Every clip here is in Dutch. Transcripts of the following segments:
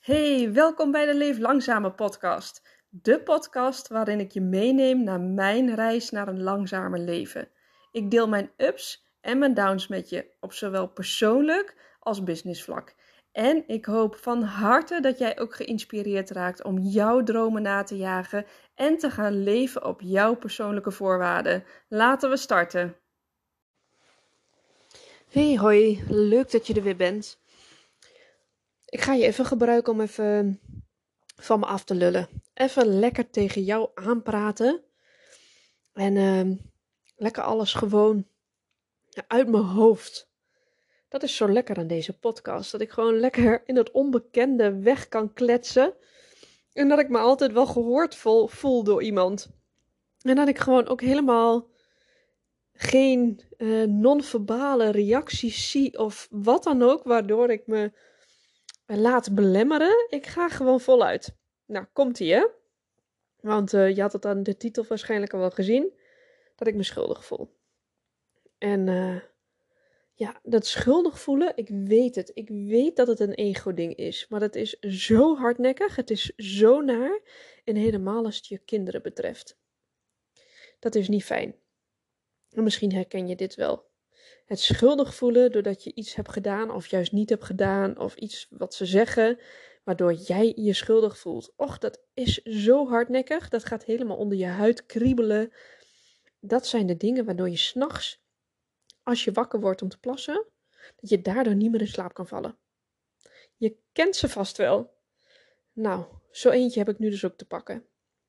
Hey, welkom bij de Leef Langzamer podcast. De podcast waarin ik je meeneem naar mijn reis naar een langzamer leven. Ik deel mijn ups en mijn downs met je op zowel persoonlijk als businessvlak. En ik hoop van harte dat jij ook geïnspireerd raakt om jouw dromen na te jagen en te gaan leven op jouw persoonlijke voorwaarden. Laten we starten. Hey, hoi, leuk dat je er weer bent. Ik ga je even gebruiken om even van me af te lullen. Even lekker tegen jou aanpraten. En lekker alles gewoon uit mijn hoofd. Dat is zo lekker aan deze podcast. Dat ik gewoon lekker in het onbekende weg kan kletsen. En dat ik me altijd wel gehoord voel door iemand. En dat ik gewoon ook helemaal geen non-verbale reacties zie of wat dan ook, waardoor ik me laat belemmeren. Ik ga gewoon voluit. Nou, komt-ie, hè? Want je had het aan de titel waarschijnlijk al wel gezien, dat ik me schuldig voel. En ja, dat schuldig voelen, ik weet het. Ik weet dat het een ego-ding is. Maar het is zo hardnekkig, het is zo naar. En helemaal als het je kinderen betreft. Dat is niet fijn. En misschien herken je dit wel. Het schuldig voelen doordat je iets hebt gedaan of juist niet hebt gedaan. Of iets wat ze zeggen, waardoor jij je schuldig voelt. Och, dat is zo hardnekkig. Dat gaat helemaal onder je huid kriebelen. Dat zijn de dingen waardoor je 's nachts, als je wakker wordt om te plassen, dat je daardoor niet meer in slaap kan vallen. Je kent ze vast wel. Nou, zo eentje heb ik nu dus ook te pakken.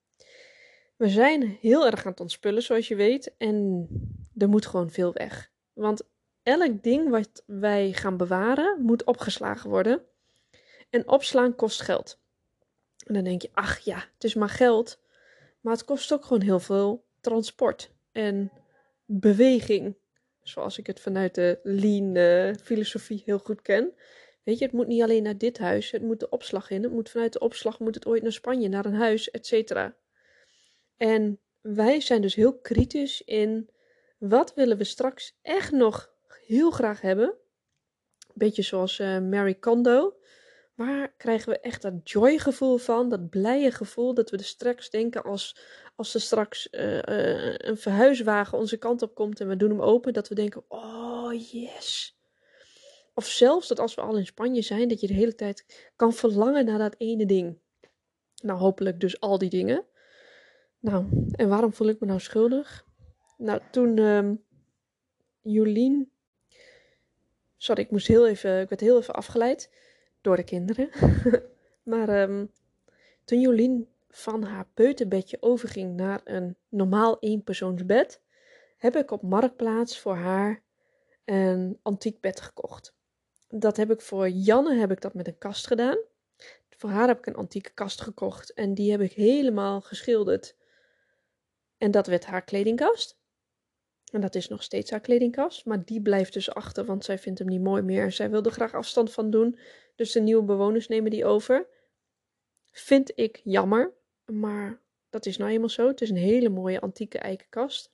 We zijn heel erg aan het ontspullen, zoals je weet. En er moet gewoon veel weg. Want elk ding wat wij gaan bewaren, moet opgeslagen worden. En opslaan kost geld. En dan denk je, ach ja, het is maar geld. Maar het kost ook gewoon heel veel transport en beweging. Zoals ik het vanuit de lean filosofie heel goed ken. Weet je, het moet niet alleen naar dit huis, het moet de opslag in. Het moet vanuit de opslag moet het ooit naar Spanje, naar een huis, et cetera. En wij zijn dus heel kritisch in wat willen we straks echt nog heel graag hebben. Beetje zoals Marie Kondo. Waar krijgen we echt dat joy gevoel van, dat blije gevoel, dat we er straks denken als er straks een verhuiswagen onze kant op komt en we doen hem open, dat we denken, oh yes. Of zelfs dat als we al in Spanje zijn, dat je de hele tijd kan verlangen naar dat ene ding. Nou, hopelijk dus al die dingen. Nou, en waarom voel ik me nou schuldig? Nou, toen Jolien... Sorry, ik werd heel even afgeleid door de kinderen. Maar toen Jolien van haar peuterbedje overging naar een normaal eenpersoonsbed, heb ik op Marktplaats voor haar een antiek bed gekocht. Dat heb ik voor Janne met een kast gedaan. Voor haar heb ik een antieke kast gekocht en die heb ik helemaal geschilderd. En dat werd haar kledingkast. En dat is nog steeds haar kledingkast. Maar die blijft dus achter, want zij vindt hem niet mooi meer. En zij wil er graag afstand van doen. Dus de nieuwe bewoners nemen die over. Vind ik jammer. Maar dat is nou eenmaal zo. Het is een hele mooie antieke eikenkast.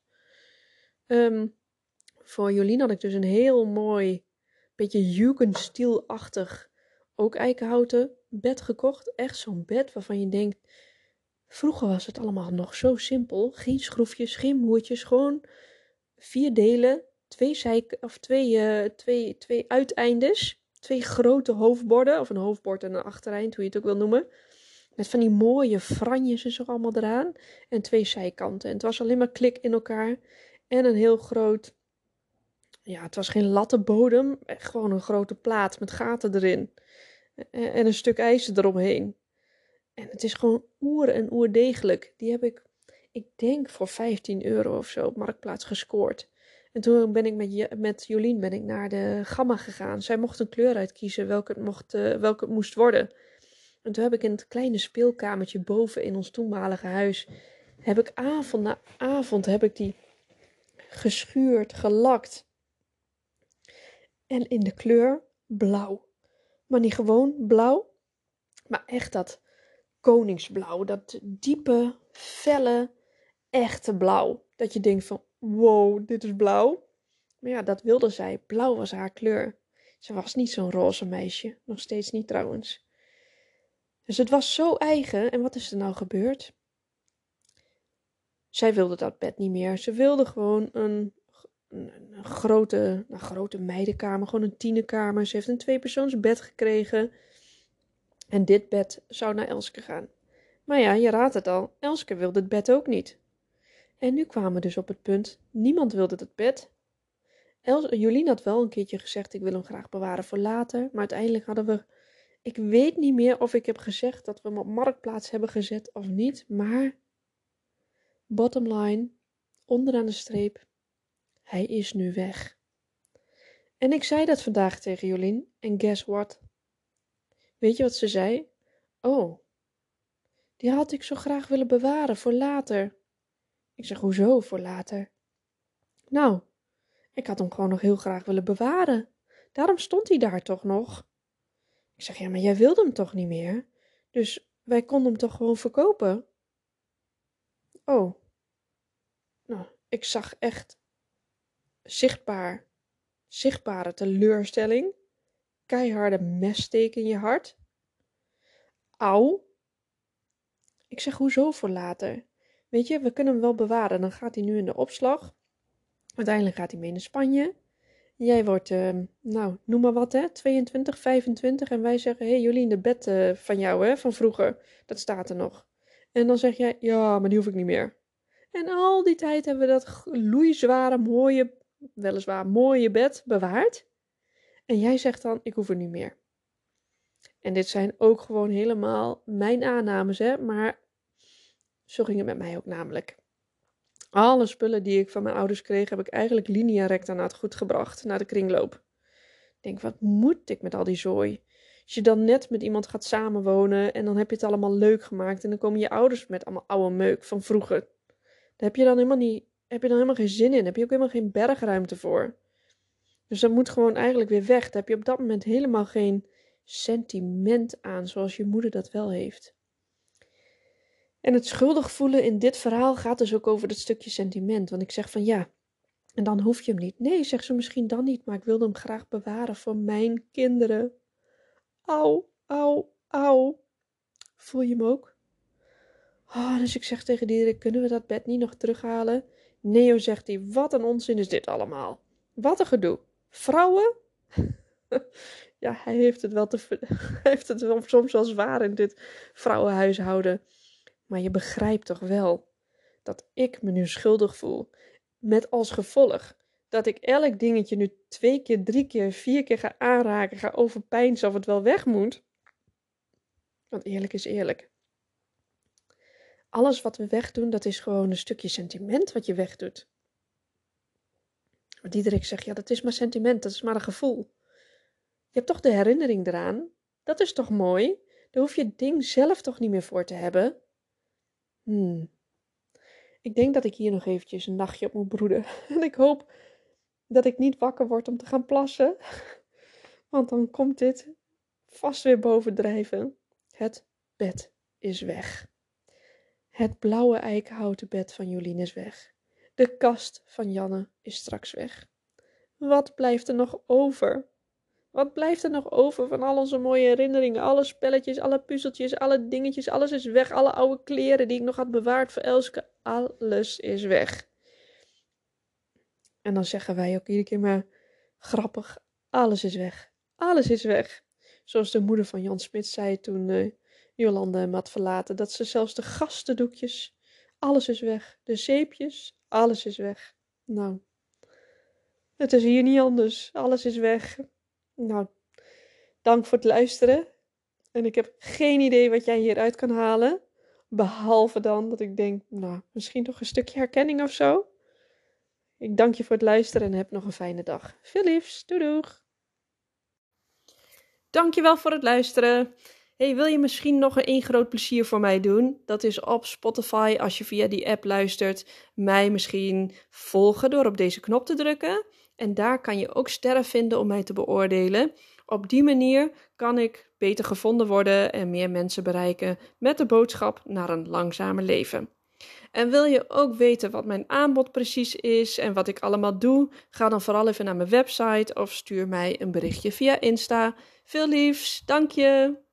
Voor Jolien had ik dus een heel mooi, beetje Jugendstil-achtig, ook eikenhouten bed gekocht. Echt zo'n bed waarvan je denkt, vroeger was het allemaal nog zo simpel. Geen schroefjes, geen moertjes, gewoon 4 delen, 2 uiteindes, 2 grote hoofdborden, of een hoofdbord en een achtereind, hoe je het ook wil noemen. Met van die mooie franjes en zo allemaal eraan. En 2 zijkanten. En het was alleen maar klik in elkaar. En een heel groot, ja, het was geen lattenbodem, gewoon een grote plaat met gaten erin. En een stuk ijzer eromheen. En het is gewoon en oerdegelijk. Die heb ik denk voor €15 of zo op Marktplaats gescoord. En toen ben ik met Jolien naar de Gamma gegaan. Zij mocht een kleur uitkiezen welke het moest worden. En toen heb ik in het kleine speelkamertje boven in ons toenmalige huis, heb ik avond na avond die geschuurd, gelakt. En in de kleur blauw. Maar niet gewoon blauw, maar echt dat koningsblauw. Dat diepe, felle, echte blauw. Dat je denkt van, wow, dit is blauw. Maar ja, dat wilde zij. Blauw was haar kleur. Ze was niet zo'n roze meisje. Nog steeds niet trouwens. Dus het was zo eigen. En wat is er nou gebeurd? Zij wilde dat bed niet meer. Ze wilde gewoon een grote meidenkamer. Gewoon een tienerkamer. Ze heeft een 2-persoonsbed gekregen. En dit bed zou naar Elske gaan. Maar ja, je raadt het al. Elske wilde het bed ook niet. En nu kwamen we dus op het punt. Niemand wilde het bed. Jolien had wel een keertje gezegd, ik wil hem graag bewaren voor later. Maar uiteindelijk hadden we... Ik weet niet meer of ik heb gezegd dat we hem op Marktplaats hebben gezet of niet. Maar, bottom line, onderaan de streep, hij is nu weg. En ik zei dat vandaag tegen Jolien. En guess what? Weet je wat ze zei? Oh, die had ik zo graag willen bewaren voor later. Ik zeg, hoezo voor later? Nou, ik had hem gewoon nog heel graag willen bewaren. Daarom stond hij daar toch nog. Ik zeg, ja, maar jij wilde hem toch niet meer? Dus wij konden hem toch gewoon verkopen? Oh, nou, ik zag echt zichtbare teleurstelling. Keiharde messteek in je hart. Auw. Ik zeg, hoezo voor later? Weet je, we kunnen hem wel bewaren. Dan gaat hij nu in de opslag. Uiteindelijk gaat hij mee naar Spanje. Jij wordt, noem maar wat, hè, 22, 25. En wij zeggen, hé Jolien, de bed van jou, hè, van vroeger. Dat staat er nog. En dan zeg jij, ja, maar die hoef ik niet meer. En al die tijd hebben we dat loeizware, weliswaar mooie bed bewaard. En jij zegt dan, ik hoef het niet meer. En dit zijn ook gewoon helemaal mijn aannames, hè. Maar zo ging het met mij ook namelijk. Alle spullen die ik van mijn ouders kreeg, heb ik eigenlijk linea recta naar het goed gebracht, naar de kringloop. Ik denk, wat moet ik met al die zooi? Als je dan net met iemand gaat samenwonen en dan heb je het allemaal leuk gemaakt en dan komen je ouders met allemaal oude meuk van vroeger. Daar heb je dan helemaal geen zin in, daar heb je ook helemaal geen bergruimte voor. Dus dat moet gewoon eigenlijk weer weg. Daar heb je op dat moment helemaal geen sentiment aan, zoals je moeder dat wel heeft. En het schuldig voelen in dit verhaal gaat dus ook over dat stukje sentiment. Want ik zeg van ja, en dan hoef je hem niet. Nee, zegt ze, misschien dan niet, maar ik wilde hem graag bewaren voor mijn kinderen. Auw, auw, auw. Voel je hem ook? Oh, dus ik zeg tegen Diederik, kunnen we dat bed niet nog terughalen? Nee, zegt hij, wat een onzin is dit allemaal. Wat een gedoe. Vrouwen? Ja, hij heeft het wel soms wel zwaar in dit vrouwenhuishouden. Maar je begrijpt toch wel dat ik me nu schuldig voel. Met als gevolg dat ik elk dingetje nu 2 keer, 3 keer, 4 keer ga aanraken, ga overpeinzen of het wel weg moet. Want eerlijk is eerlijk. Alles wat we wegdoen, dat is gewoon een stukje sentiment wat je wegdoet. Maar Diederik zegt, ja, dat is maar sentiment, dat is maar een gevoel. Je hebt toch de herinnering eraan? Dat is toch mooi? Daar hoef je het ding zelf toch niet meer voor te hebben? Ik denk dat ik hier nog eventjes een nachtje op moet broeden. En ik hoop dat ik niet wakker word om te gaan plassen. Want dan komt dit vast weer bovendrijven. Het bed is weg. Het blauwe eikenhouten bed van Jolien is weg. De kast van Janne is straks weg. Wat blijft er nog over? Wat blijft er nog over van al onze mooie herinneringen? Alle spelletjes, alle puzzeltjes, alle dingetjes, alles is weg. Alle oude kleren die ik nog had bewaard voor Elske, alles is weg. En dan zeggen wij ook iedere keer maar grappig, alles is weg. Alles is weg. Zoals de moeder van Jan Smit zei toen Jolande hem had verlaten. Dat ze zelfs de gastendoekjes, alles is weg. De zeepjes, alles is weg. Nou, het is hier niet anders. Alles is weg. Nou, dank voor het luisteren. En ik heb geen idee wat jij hieruit kan halen. Behalve dan dat ik denk, nou, misschien toch een stukje herkenning of zo. Ik dank je voor het luisteren en heb nog een fijne dag. Veel liefs, doei doeg! Dankjewel voor het luisteren. Hey, wil je misschien nog een groot plezier voor mij doen? Dat is op Spotify, als je via die app luistert, mij misschien volgen door op deze knop te drukken. En daar kan je ook sterren vinden om mij te beoordelen. Op die manier kan ik beter gevonden worden en meer mensen bereiken met de boodschap naar een langzamer leven. En wil je ook weten wat mijn aanbod precies is en wat ik allemaal doe? Ga dan vooral even naar mijn website of stuur mij een berichtje via Insta. Veel liefs, dank je!